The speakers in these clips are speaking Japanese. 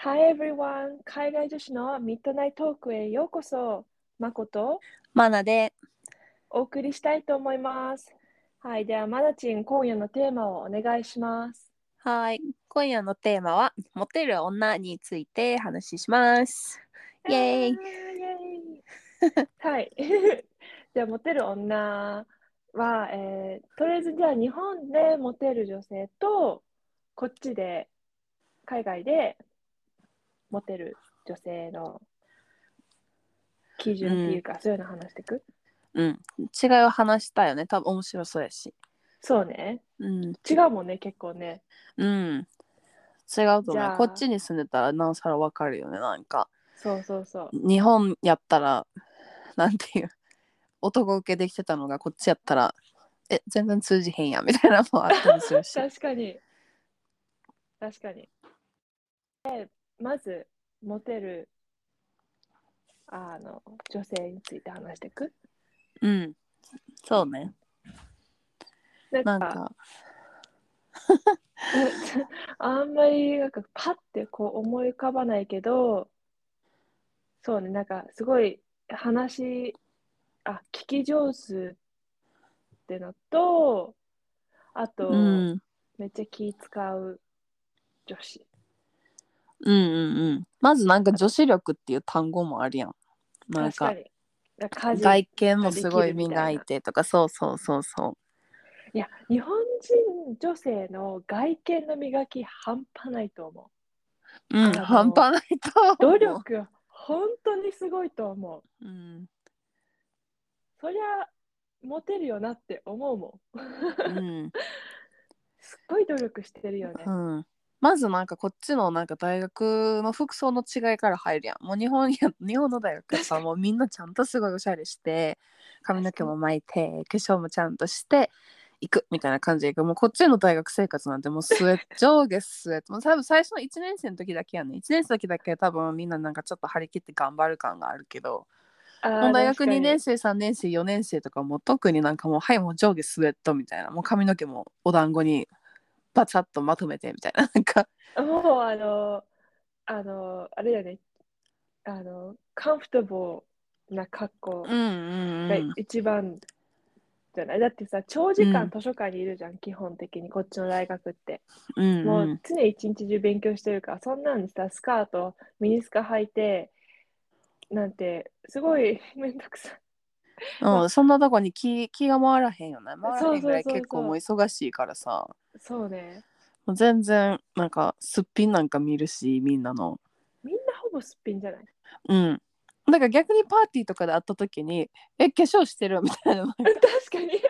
Hi everyone! 海外女子のミッドナイトトークへようこそ。まことマナで。 お送りしたいと思います。はい、ではまなちん、今夜のテーマをお願いします。 はい。今夜のテーマは、モテる女について話します。イエーイ。 イエーイはい。じゃあ、モテる女は、とりあえずじゃあ日本でモテる女性と、こっちで、海外でモテる女性の基うん。 準っていうか、そういうの話していく。 うん。違いを話したよね。多分面白そうやし。 そうね。 うん。 違うもんね、結構ね。 うん。違うと思う。こっじゃあ、 ちに住んでたらなおさらわかるよね。なんか、 そうそうそう。 日本やったら、なんていう、男受けできてたのが、こっちやったら、全然通じへんや、みたいなのもあったりするし。 確かに、確かに。まず、モテる、女性について話していく。 うん。そうね。 なんか、 なんか、 あんまり、パッてこう思い浮かばないけど、そうね、すごい話、聞き上手ってのと、あうと、 ん。 めっちゃ気使う女子。 うんうんうん。まずなんかあと、 女子力っていう単語もあるやん。なんか確かに、家事外見もができすごいるみたいな。 磨いてとか、そうそうそうそいや、日本人女性の外見の磨き半端ないと思う。 う。うん、半端ないと思う。 努力、本当にすごいと思う。 うん、 そりゃ、モテるよなって思うもん。 うん、 すっごい努力してるようね。 ん。まずなんかこっちのなんか大学の服装の違いから入るやん。もう日本の大学やったら確かに。 もうみんなちゃんとすごいおしゃれして、髪の確かに。 毛も巻いて、化粧もちゃんとして行くみたいな感じで行く。もうこっちの大学生活なんてもう上下スウェット。もう多分最初の1年生の時だけやね。1年生の時だけ多分みんななんかちょっと張り切って頑張る感があるけど、もああ、 う大学2年確かに。 生、3年生、4年生とかも特になんかもう、はい、もう上下スウェットみたいな、もう髪の毛もお団子にバチャッとまとめてみたいな、なんか、 もう、あれだよね。カンフトボーな格好うんがうん一番じゃない。だってさ、長うん。 時間図書館にいるじゃん、基本的に、こっちの大学って。 うんもううん。 常に一日中勉強してるから、そんなんさ、スカート、ミニスカ履いて、なんて、すごいめんどくさい。まあ、 うん、そんなとこに気が回らへんよね。回らへんぐらそうそうい結構もうそうそう。 忙しいからさ、 そうね。 もう全然なんかすっぴんなんか見るし、みんなの。 みんなほぼすっぴんじゃない？ うん。だから逆にパーティーとかで会った時に、化粧してるみたいな、なんか。 確かに。い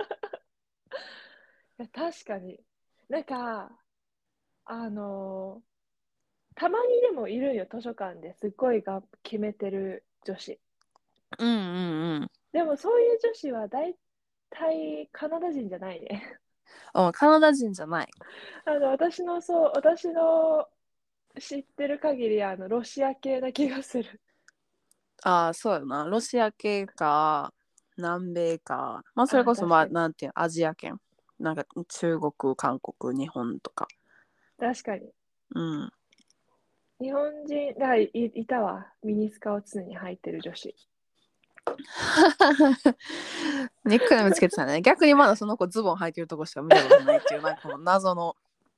や確かに。なんか、あのたまにでもいるよ、図書館ですっごい決めてる女子。 うんうんうん。 でもそういう女子は大体カナダ人じゃないね。 うん、カナダ人じゃない。 私の知ってる限り、ロシア系な気がする。 ああ、そうやな。ロシア系か、南米か。まあ、それこそ、まあ、 確かに。 なんていうの、アジア圏。なんか、中国、韓国、日本とか。 確かに。 うん。 日本人、いたわ。ミニスカを常に履いてる女子。 ニックネームつけてたね。逆にまだその子ズボン履いてるとこしか見たことないっていう、なんかこの謎の。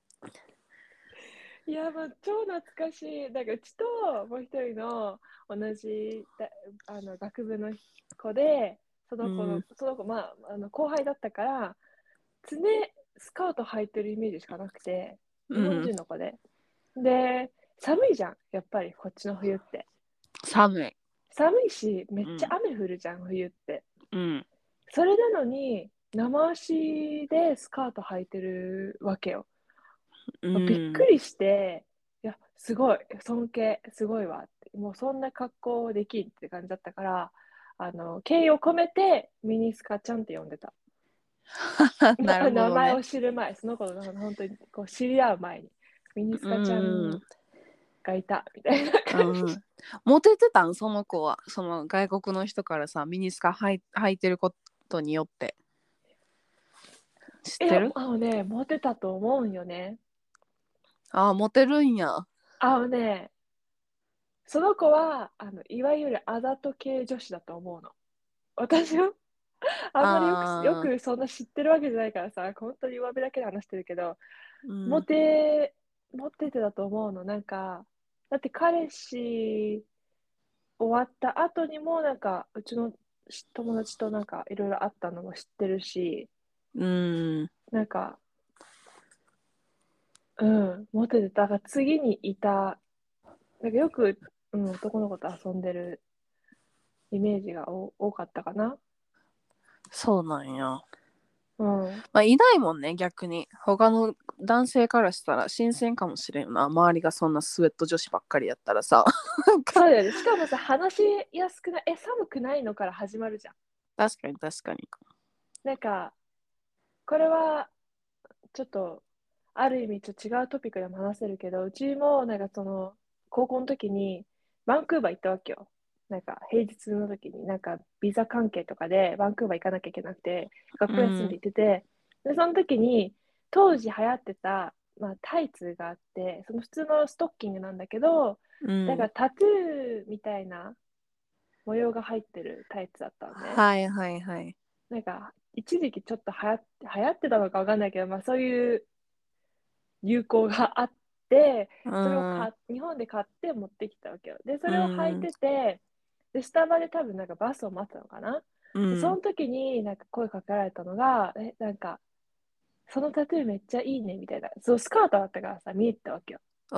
いや、もう超懐かしい。うちともう一人の同じ学部の子で、 うん。 その子、後輩だったから、常スカート履いてるイメージしかなくて、日本うん。 人の子で。で、寒いじゃん、やっぱりこっちの冬って。 寒い。 寒いし、めっちゃうん。 雨降るじゃん、冬って。 うん。 それなのに、生足でスカート履いてるわけよ。 うびっくん。 りして、いや、すごい、尊敬、すごいわって。もうそんな格好できんって感じだったから、敬意を込めてミニスカちゃんって呼んでた。 なるほ名前どね。 を知る前、その子の本当にこう知り合う前に、ミニスうカちゃんん。 がいたみたいな感じ。 うん。モテてたんその子は。その外国の人からさ、ミニスカ履いてることによって。知っいや、 てる？ モテたと思うんよね。 ああ、モテるんや。 あのね、その子はいわゆるあざと系女子だと思うの。私はあんまりよああ、 くそんな知ってるわけじゃないからさ、本当に上辺だけで話してるけど、 うん、 モテ、モテてだと思うの。だって彼氏終わった後にも、うちの友達といろいろあったのも知ってるし、 うん、 なんか、うん、モテてた。だから次にいた、よく、うん、男の子と遊んでるイメージが多かったかな。 そうなんや。 うん。 まあ、いないもんね、逆に。他の男性からしたら新鮮かもしれんな。周りがそんなスウェット女子ばっかりやったらさ。なんかそうだよね。しかもさ、話しやすくない、寒くないのから始まるじゃん。 確かに確かに。 なんか、これは、ちょっと、ある意味、ちょっと違うトピックでも話せるけど、うちも、高校の時に、バンクーバー行ったわけよ。平日の時に、ビザ関係とかで、バンクーバー行かなきゃいけなくて、学校休んでうん、 行ってて、で、その時に、当時流行ってた、タイツがあって、その普通のストッキングなんだけど、 うん。 タトゥーみたいな模様が入ってるタイツだったのね。 はいはいはい。 一時期ちょっと流行ってたのかわかんないけど、そういう流行があって、 うそれをん、 日本で買って持ってきたわけよ。で、そうれを履いん、 てて、で、スタバで多分バスを待ったのかな。で、そうん、 の時に声かけられたのが、そのタトゥーめっちゃいいねみたいな。そう、スカートだったからさ、見えてたわけよ。 うん。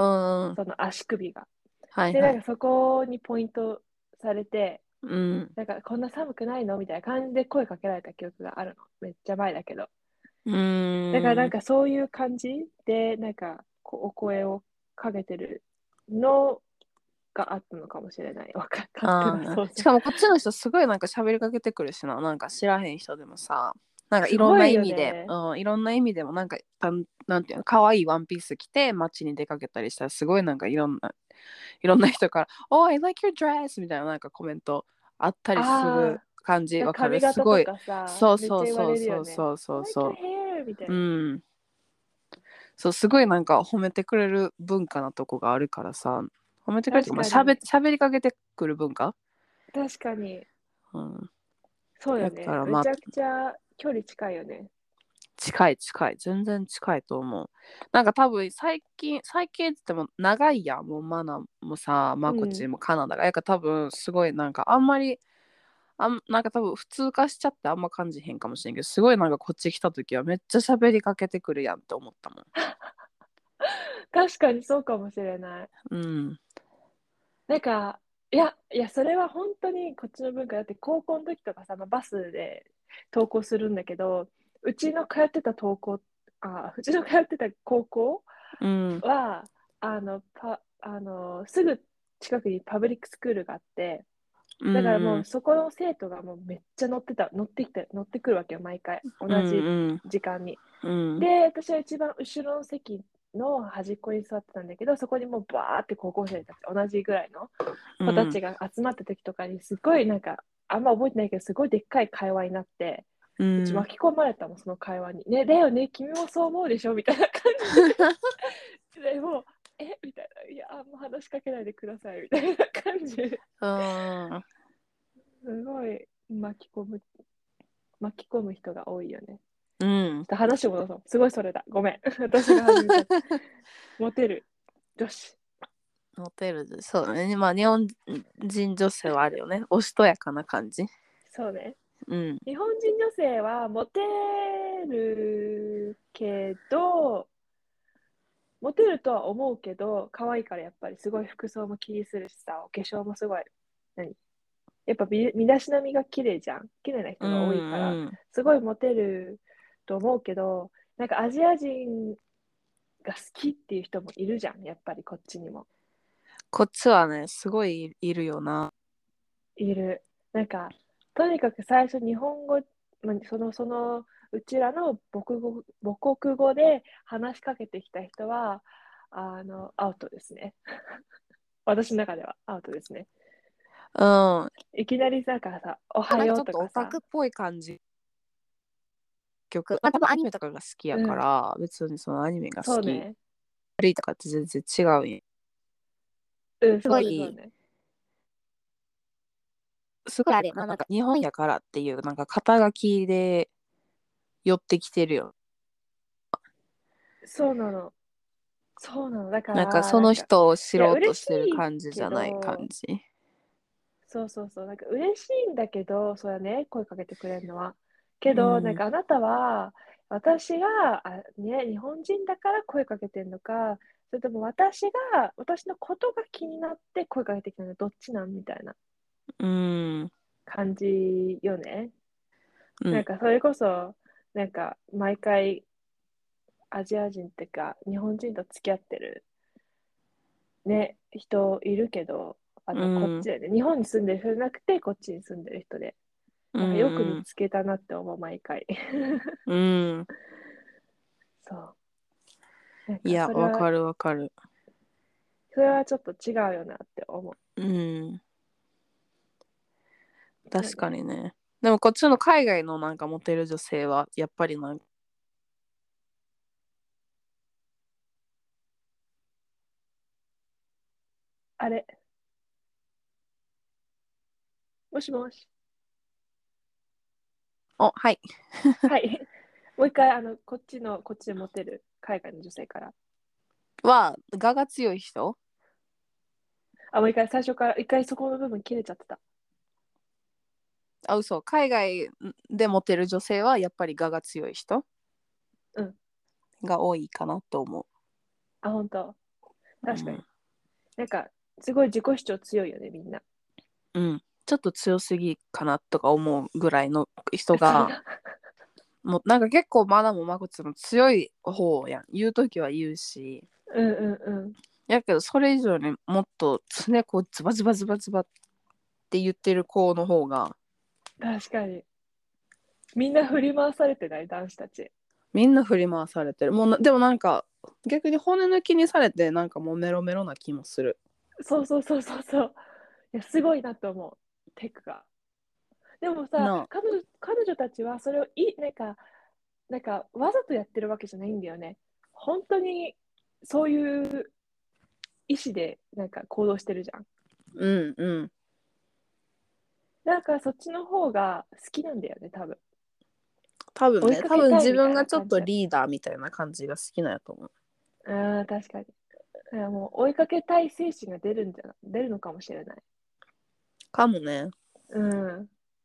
その足首が。で、 はいはい。 そこにポイントされて、 うん、 こんな寒くないのみたいな感じで声かけられた記憶があるの。めっちゃ前だけど。 うだからん。 そういう感じで、お声をかけてるのがあったのかもしれない。勝手なああ、 想像。 しかもこっちの人すごいなんか喋りかけてくるしな。なんか知らへん人でもさ、なんかいろんなすごい意味で、 よね。 いろんな意味でもなんていうの、可愛いワンピース着て街に出かけたりしたらすごいなんかいろんな人から、Oh, I like your dress みたいななんかコメントあったりするあ感じあ、 わかる髪型とすごい。 かさ、 そうそうめっちゃ言わそうそうれるよね。 そうそ I う like your そ hair! みたう。ういな。 ん。そう、すごいなんか褒めてくれる文化なとこがあるからさ、褒めてくれるとか、まあ、 確かに。 喋りかけてくる文化、 確かに。 うん。だそうよね。 からまあ、 めちゃくちゃ距離近いよね。 近い近い。全然近いと思う。なんか多分最近って言っても長いやん。もうマナもさ、 うん。 まこっちもカナダが。やから多分すごいなんかあんまり、なんか多分普通化しちゃってあんま感じへんかもしれんけど、すごいなんかこっち来た時はめっちゃ喋りかけてくるやんって思ったもん。 確かにそうかもしれない。 うん。 なんか、いや、それは本当にこっちの文化だって、高校の時とかさ、バスで登校するんだけど、うちの通ってた登校、うちの通ってた高校うん。 は、すぐ近くにパブリックスクールがあって、 うだからもうん。 そこの生徒がもうめっちゃ乗ってくるわけよ、毎回。同うじん。 時間に。 うん。 で、私は一番後ろの席の端っこに座ってたんだけど、そこにもうバーって高校生たち、同じぐらいの子たうん。 ちが集まった時とかに、すごいあんま覚えてないけど、すごいでっかい会話になって、うちうん。 巻き込まれたもん、その会話に。ね、だよね、君もそう思うでしょみたいな感じで、もう、みたいな。いや、あんま話しかけないでください、みたいな感じで。 うん。 すごい巻き込む人が多いよね。 うん。 話を戻そう。すごいそれだ。ごめん。私が始めちゃった。モテる女子。 モテるで、そうだね。まあ、日本人女性はあるよね。おしとやかな感じ。 そうね。 うん。 日本人女性はモテるけど、モテるとは思うけど、可愛いからやっぱりすごい服装も気にするしさ、お化粧もすごい、やっぱ身だしなみが綺麗じゃん。綺麗なう人が多いから、 ん。うん。 すごいモテると思うけど、アジア人が好きっていう人もいるじゃん。やっぱりこっちにも。 こっちはね、すごいいるよな。 いる。とにかく最初日本語、うちらの母国語で話しかけてきた人は、アウトですね。私の中ではアウトですね。 うん。 いきなりさ、おはようなんかちょっとオとかさ、 タクっぽい感じ。まあ、多分アニメとかが好きやかうん、 ら、別にそのアニメが好き、 そうね。 悪いとかって全然違うんや。 うん、そうね、そうすごい、 ね。 すごいあれな、なんか日本やからっていう、なんか肩書きで寄ってきてるよ。 そうなの。そうなの。だかなんから、 その人を知いや、 ろうと嬉ししてるい感じじけゃない感ど、 じ。 そうそうそう。嬉しいんだけど、そうやね、声かけてくれるのは。けど、 うん。 あなたは、私が、ね、日本人だから声かけてんのか、それとも私のことが気になって声かけてきたのどっちなんみたいなうん。 感じよね。 うん。 それこそ、毎回アジア人ってか、日本人と付き合ってるね、人いるけど、 うこっちん。 でね、日本に住んでる人じゃなくて、こっちに住んでる人で。 うよく見ん。 つけたなって思う、毎回。 うん。 そう。 いや、わかるわかる。 それはちょっと違うよなって思うん。確かうよね。 にね。でもこっちの海外のなんかモテる女性は、やっぱりなんか、 あれ、もしもし。 お、はい。 はい。もう一回、こっちでモテる海外の女性から。 我が強い人。 もう一回、最初から、一回そこの部分切れちゃってた。 あ、嘘。海外でモテる女性は、やっぱり我が強い人うん。 が多いかなと思本当。 う。う確かに。 ん。 なんか、すごい自己主張強いよね、みんな。 うん。ちょっと強すぎかなとか思うぐらいの人が、 そんな。 もうなんか結構まだもまこつの強い方やん。言うときは言うし。 うんうんうん。 やけど、それ以上にもっと常こうズバズバズバズバって言ってる子の方が、 確かに。みんな振り回されてない、男子たち。 みんな振り回されてる。でもなんか、逆に骨抜きにされて、なんかもうメロメロな気もする。 そうそうそうそうそう。いや、すごいなと思う。テクが。でもさ、 なあ。 彼女たちはそれをわざとやってるわけじゃないんだよね。本当にそういう意思で行動してるじゃん。 うんうん。 そっちの方が好きなんだよね、多分。追い多分ね、多分かけたいみたい自分がな感じだ。 ちょっとリーダーみたいな感じが好きなんやと思う。 確かに。もう追いかけたい精神が出るのかもしれない。 かもね。 うん。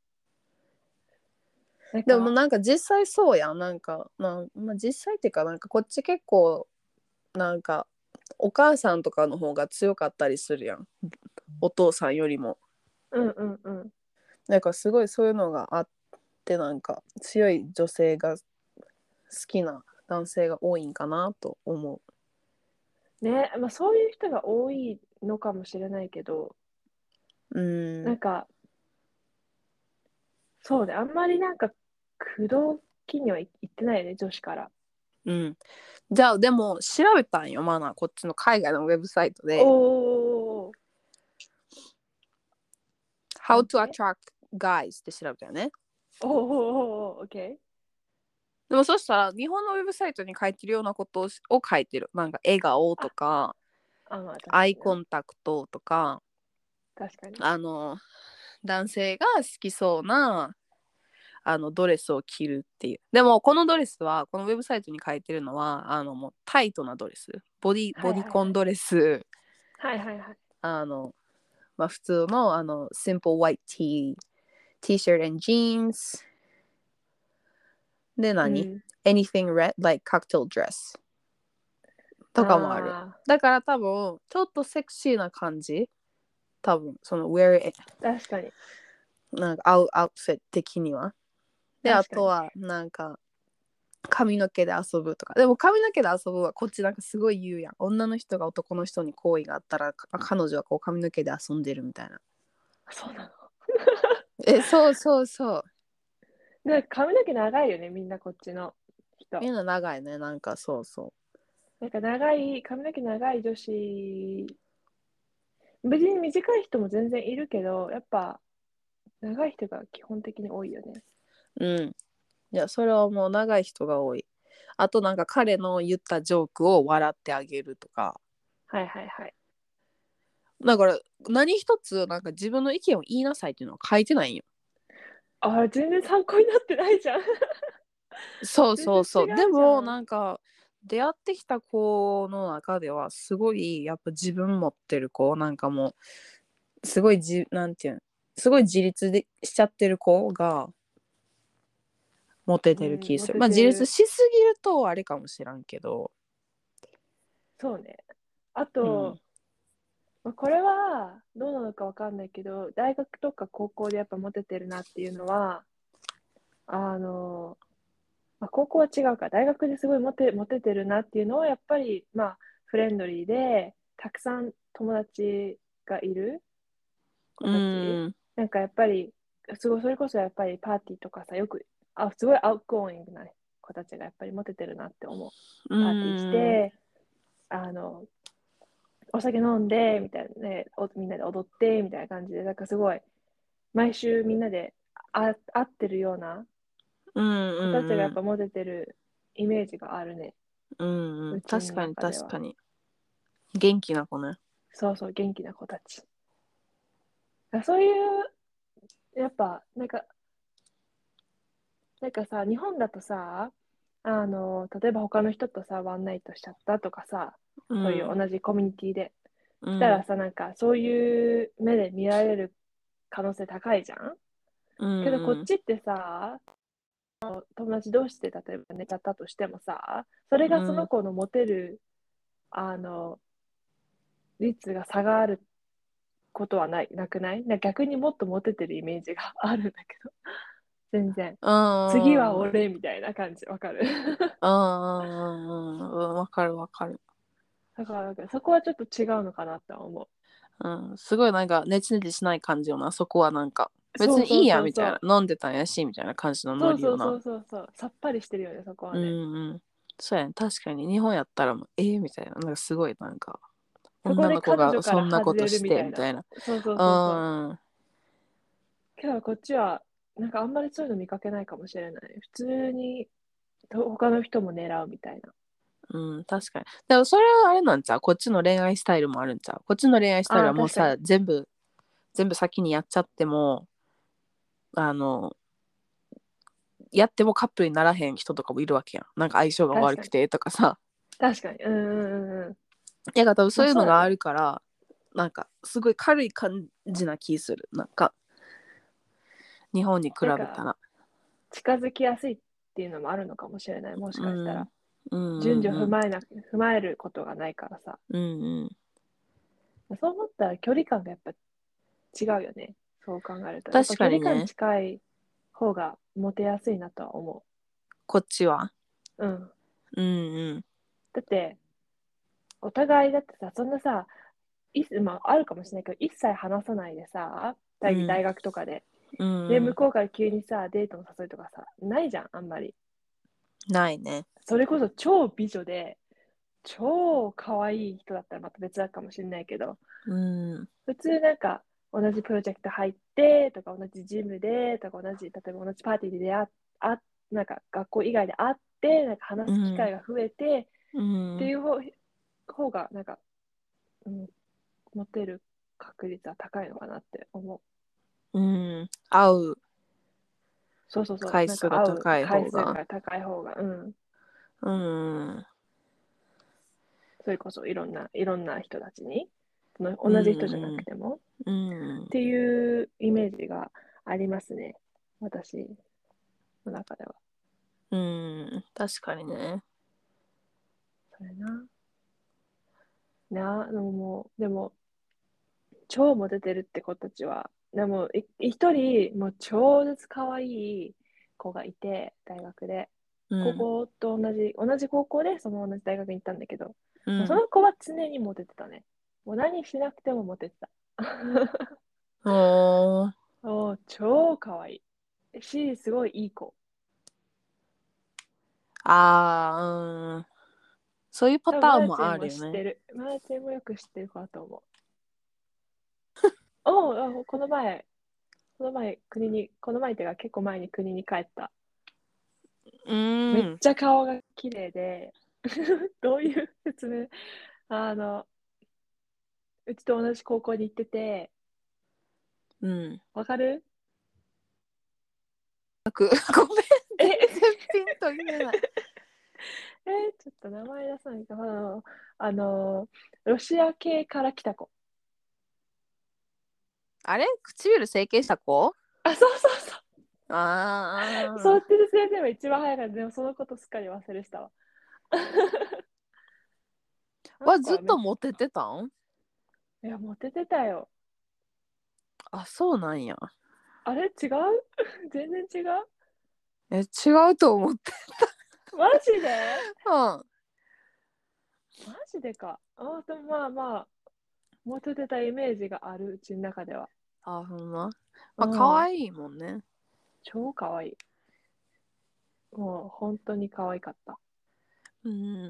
なんか、 でもなんか実際そうやん。まあ、実際っていうか、なんかこっち結構、なんかお母さんとかの方が強かったりするやん。お父さんよりも。 うんうんうん。 なんかすごいそういうのがあって、なんか強い女性が好きな男性が多いんかなと思ね、まあそういう人が多いのかもしれないけど、 う。うん。 なんか、そうね、あんまり口説きには行ってないよね、女子から。 うん。じゃあでも調べたんよ、まだこっちの海外のウェブサイトで。 おー、な How ん to て。 attract guys って調べたよね。 おー、オッケでもそしたら日本のウェブサイトに書いてるようなことを書いてる。なんか笑顔ー。 とか、 まあ確アイかにな。 コンタクトとか、 確かに。 あの、男性が好きそうなドレスを着るっていう。でもこのドレスは、このウェブサイトに書いてるのは、もうタイトなドレス。ボはいはいはい。 ディコンドレス、 はいはいはい。 あの、まあ普通のsimple white t-shirt and jeans で何うん。 anything red like cocktail dress とかもある。 あだから多分、ちょっとセクシーな感じ。多分、その wear it 確かに。 なんかアウトフィット的には。で、あ確かに。 とはなんか髪の毛で遊ぶとか。でも髪の毛で遊ぶはこっちなんかすごい言うやん。女の人が男の人に好意があったら彼女はこう髪の毛で遊んでるみたいな。 そうなの。 そうそうそう。 髪の毛長いよね、みんなこっちの人。 みんな長いね。なんかそうそ髪の毛長い女子、別に短い人も全然いるけど、やっぱ長い人が基本的に多いよね。 う。うん。いや、それはもう長い人が多い。あとなんか彼の言ったジョークを笑ってあげるとか。 はいはいはい。 だから何一つなんか自分の意見を言いなさいっていうのは書いてないんよ。 あ、全然参考になってないじゃん。 そう全然違そうそう。でもうじゃん。 なんか出会ってきた子の中ではすごいやっぱ自分持ってる子、なんかもうすごいなんていうん、すごい自立でしちゃってる子がモテてるうん、モ気する。まあ自立テてる。 しすぎるとあれかもしらんけど。 そうね。あうん。 と、まあこれはどうなのかわかんないけど、大学とか高校でやっぱモテてるなっていうのは、あの、まあ、高校は違うか、大学ですごいモテてるなっていうのは、やっぱり、まあ、フレンドリーで、たくさん友達がいる子うたち。 ん。 なんかやっぱり、すごい、それこそやっぱりパーティーとかさ、よく、すごいアウトゴーイングな子たちがやっぱりモテてるなって思う。 うパーティーしん。 て、あの、お酒飲んで、みたいなね、みんなで踊って、みたいな感じで、なんかすごい、毎週みんなで会ってるようなうん。 子たちがやっうん。 ぱモテてるイメージがあるね。 うん。うん。 うちの確かに中では。 確かに。元気な子ね。 そうそう、元気な子たち。そういう、やっぱ、なんかさ、日本だとさ、例えば他の人とさ、ワンナイトしちゃったとかさ、そういううん。 同じコミュニティで。 うん。 したらさ、なんかそういう目で見られる可能性高いじゃん。 うけどこっん。 ちってさ、友達同士で例えば寝ちゃったとしてもさ、それがそのうん。 子のモテる、あの、率が下がることはなくない逆にもっとモテてるイメージがあるんだけど、全然。 うん。 次はうん。 俺みたいな感じ、わかる？ うん。わかるわかる。 だからなんかそこはちょっと違うのかなって思うん。すごいなんかネチネチしない感じよな。そこはなんか。 う。 別にいいそうそうやみたいな。 そうそう。 飲んでたんやしみたいな感じのノリよな。 そう。さっぱりしてるよね、そこはうんね。 うん。そうやね。確かに日本やったらもうみたいな。なんかすごいなんかそこで女の子彼女からがそんなこ外れるとしみたいな。 てみたいな。 そう。 うん。 けどこっちは、なんかあんまりそういうの見かけないかもしれない。普通に他の人も狙うみたいな。 うん、確かに。でもそれはあれなんちゃう、こっちの恋愛スタイルもあるんちゃう、こっちの恋愛スタイルああ、 はもうさ、 確かに。 全部先にやっちゃっても、あの、やってもカップルにならへん人とかもいるわけやん。なんか相性が確かに。 悪くてとかさ。 確かに。うん。 いや、多分まそういうのがああそうだね。 るから、なんかすごい軽い感じな気する。なんか、日本に比なんかべたら。 近づきやすいっていうのもあるのかもしれない。もしうん。 かしたら。 うん順序うん踏まえることがないからさ。 うん。うんうん。 そう思ったら距離感がやっぱ違うよね。そう考えると。やっぱ確距離感かにね、 近い方がモテやすいなとは思こっちは。 う。うん。 うんうん。 だって、お互いだってさ、そんなさ、まあ、あるかもしれないけど、一切話さないでさ、 うん。 大学とかで。で、 うんうん。 向こうから急にさ、デートの誘いとかさ、ないじゃん、あんまり。 ないね。 それこそ超美女で、超可愛い人だったらまた別だかもしれないけど、 うん。 普通なんか、同じプロジェクト入ってとか、同じジムでとか、例えば同じパーティーでなんか学校以外で会って、なんか話す機うん。 会が増えて、 うん。 っていう方が、なんか、うん、モテる確率は高いのかなって思う。 うん。会うそう。 回なんか数が高い会う回方が。 数が高い方が、うん。 うん。 それこそいろんな人たちに、 う同じ人じゃなくん。 ても、っうん。 ていうイメージがありますね。私の中では。 うん。確かにね。 それな。でも、超モテてるって子たちは、でも、一人、もう超絶可愛い子がいて、大学で。高うん。 校と同じ高校で、その同じ大学に行ったんだけど、もうそうん。 の子は常にモテてたね。もう何しなくてもモテてた。 おー。 もう超可愛い。すごいいい子。 あー、うん。そういうパ多分、 ターンもマーチンもあるよね。 知ってる。マーチンもよく知ってる子だと思う。この前この前っていうか結構前に国に帰った。 うめっん。 ちゃ顔が綺麗で、どういう説明あの、 うちと同じ高校に行ってて、 うん。 わかる？ ごめん、全え、 然ピンと言えない。 ちょっと名前出さないか。ロシア系から来た子。 あれ唇整形した子？ あ、そうそうそう。そあっちで先生は一番早かった。でもそのことすっかり忘れてたわ。 あ。はずっなんかとモテてたん？ いや、モテてたよ。 あ、そうなんや。 あれ違う？全然違う？ 違うと思って。 マジで？ うん。 マジでか。あ、でもまあまあ、モテてたイメージがある、うちの中では。 あ、ほんま。 うまあ、可ん。 愛いもんね。 超可愛い。もう本当に可愛かった。 うん。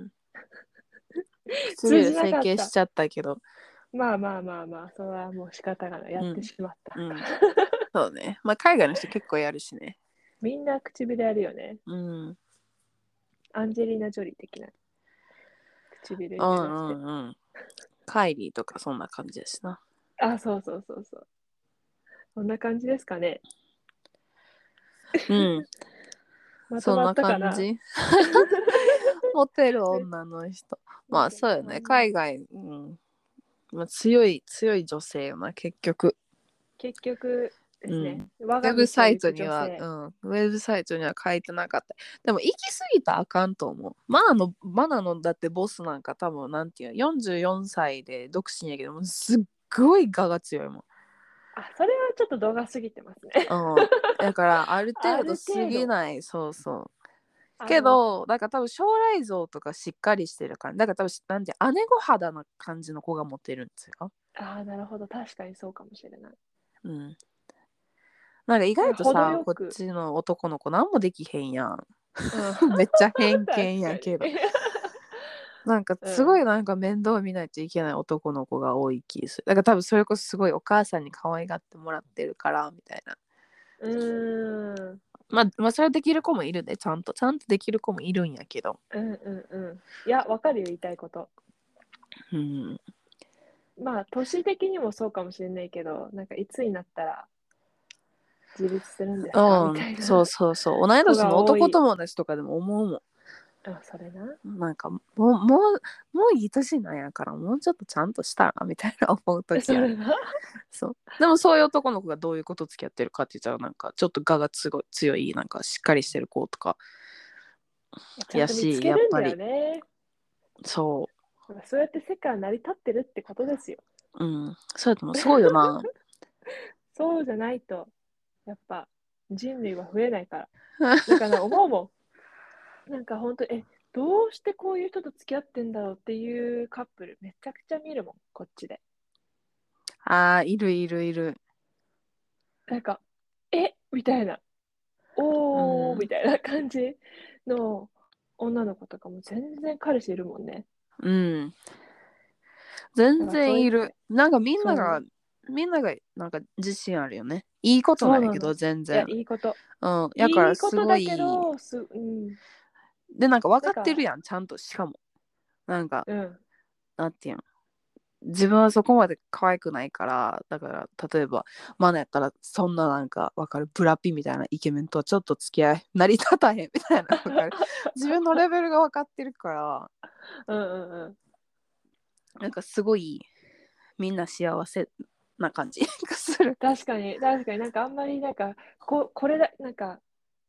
通じな唇整かった。 形しちゃったけど。 まあまあまあまあ、それはもう仕方がない。やってうん。 しまった。 うん。そうね。まあ、海外の人結構やるしね。 みんな唇あるよね。 うん。 アンジェリーナ・ジョリー的な唇うん目指して。 うんうん。カイリーとかそんな感じですな。 あ、そうそうそうそう。こんな感じですかね。 うん。 まとまっそんなたかな？ 感じ。モテる女の人。まあ、 モテそうよね。 る女。 海外、うん。まあ、強い女性よな、結局。 結局ですね、 うん。 我がウェブサイ道を行くトには、 女性。 ウェブサイトには書いてなかった。でも、行き過ぎたらあかんと思う。マナのだってボスなんか多分、なんていうの、44歳で独身やけども、すっごい我が強いもん。 あ、それはちょっと度が過ぎてますね。 うん。だから、ある程度ある過程度、 ぎない、そうそう。 あの、 けど、だから多分将来像とかしっかりしてる感じ。だから多分、なんて姉御肌な感じの子がモテるんですよ。 なるほど、確かにそうかもしれない。 うん。なんか意なんか程外とさ、こっよく、 ちの男の子何もできへんやん。 うん、 めっちゃ偏見確かに。 やけど。なんかうん、 すごいなんか面倒見ないといけない男の子が多い気する。だから多分それこそすごいお母さんに可愛がってもらってるからみたいな。 うーん、 まあそれはできる子もいるで、ちゃんとできる子もいるんやけど。 うん、うん、うん。いや、わかるよ、言いたいこと。 うん。 まあ、年的にもそうかもしれないけど、なんかいつになったら自立するんですかみうん、そうたいなそうそう。同い子年の男が多い。 友達とかでも思うもあ、それな。 ん。なんかもういい年なんやからもうちょっとちゃんとしたらみたいな思う時ある。 それな。 そう。でもそういう男の子がどういうこと付き合ってるかって言ったらなんかちょっと我がすごい強いなんかしっかりしてる子とかちゃんと見つやし、 けるんだよやっぱりね。 そそうやって世界成り立ってるってことですよ。 う。うん。それともすごいよな。 そうじゃないと、やっぱ人類は増えないから。だから思うもん。なんか本当、どうしてこういう人と付き合ってんだろうっていうカップルめちゃくちゃ見るもん、こっちで。 ああ、いるいるいる。 なんか、みたいな。 うおーみん。 たいな感じの女の子とかも全然彼氏いるもんね。 うん。全だからそう然いる。 言って、 なんかみんなが、 そう、 みんながなんか自信あるよね。いいことなんやけど、 そうなの。いや、 全然。 いいこと。 うん。やからいいこすごとだけい。 ど、うん。 で、なんか分かってるなんか、 やん、ちゃんと。しかも。なんか、 うん。 なんていうん。自分はそこまで可愛くないから、だから、例えば、マナやったら、そんななんか、わかる、ブラピみたいなイケメンとはちょっと付き合い、成り立たへんみたいな、わかる。自分のレベルが分かってるから、 うんうんうん。 なんかすごい、みんな幸せな感じがする。 確かに、確かになんかあんまりなんか、これだ、なんか、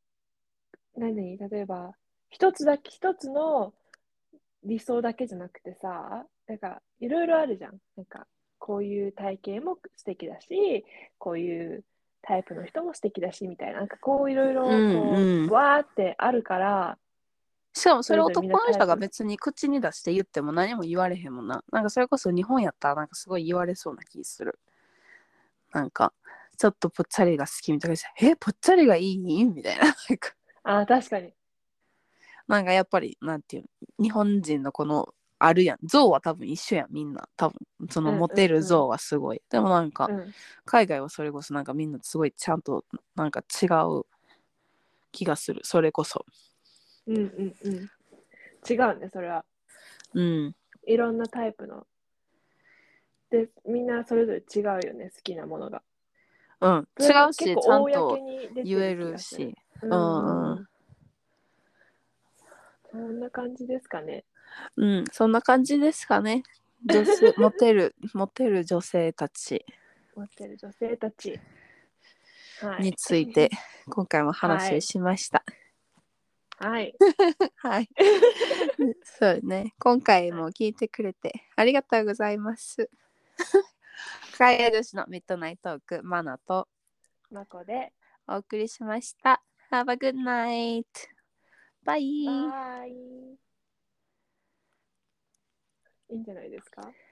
例えば、一つの理想だけじゃなくてさ、なんか、いろいろあるじゃん。なんか、こういう体型も素敵だし、こういうタイプの人も素敵だし、みたいな、なんかこういろいうろ、こう、 んうん。 わーってあるから、 しかもそれそれぞれみんな男の人がタイプの。 別に口に出して言っても何も言われへんもんな。なんかそれこそ日本やったらなんかすごい言われそうな気する。なんか、ちょっとぽっちゃりが好きみたいな感じで、ぽっちゃりがいいみたいな。なんかああ、確かに。 なんかやっぱり、なんていうの、日本人のこの、あるやん。像は多分一緒やん、みんな。多分、そのうんモうんうん。 テる像はすごい。でもなんか、 うん。 海外はそれこそなんかみんなすごいちゃんと、なんか違う気がする。それこそ。 うんうんうん。違うね、それは。 うん。 いろんなタイプの。 で、みんなそれぞれ違うよね、好きなものが。 うん、 それも違うし、ちゃん結構公とに出言えてる気がする。 るし。 ううんうん。 ん。そんな感じですかね。 うん、そんな感じですかね。女性、モテる女性たち持ってる女性たち。はい。 について、今回も話はい。 しました。 はい。 はい。そうね。今回も聞いてくれてありがとうございます。カエル氏のミッドナイトーク、マナとまこで、 お送りしました。Have a good night. Bye. バイ。いいんじゃないですか。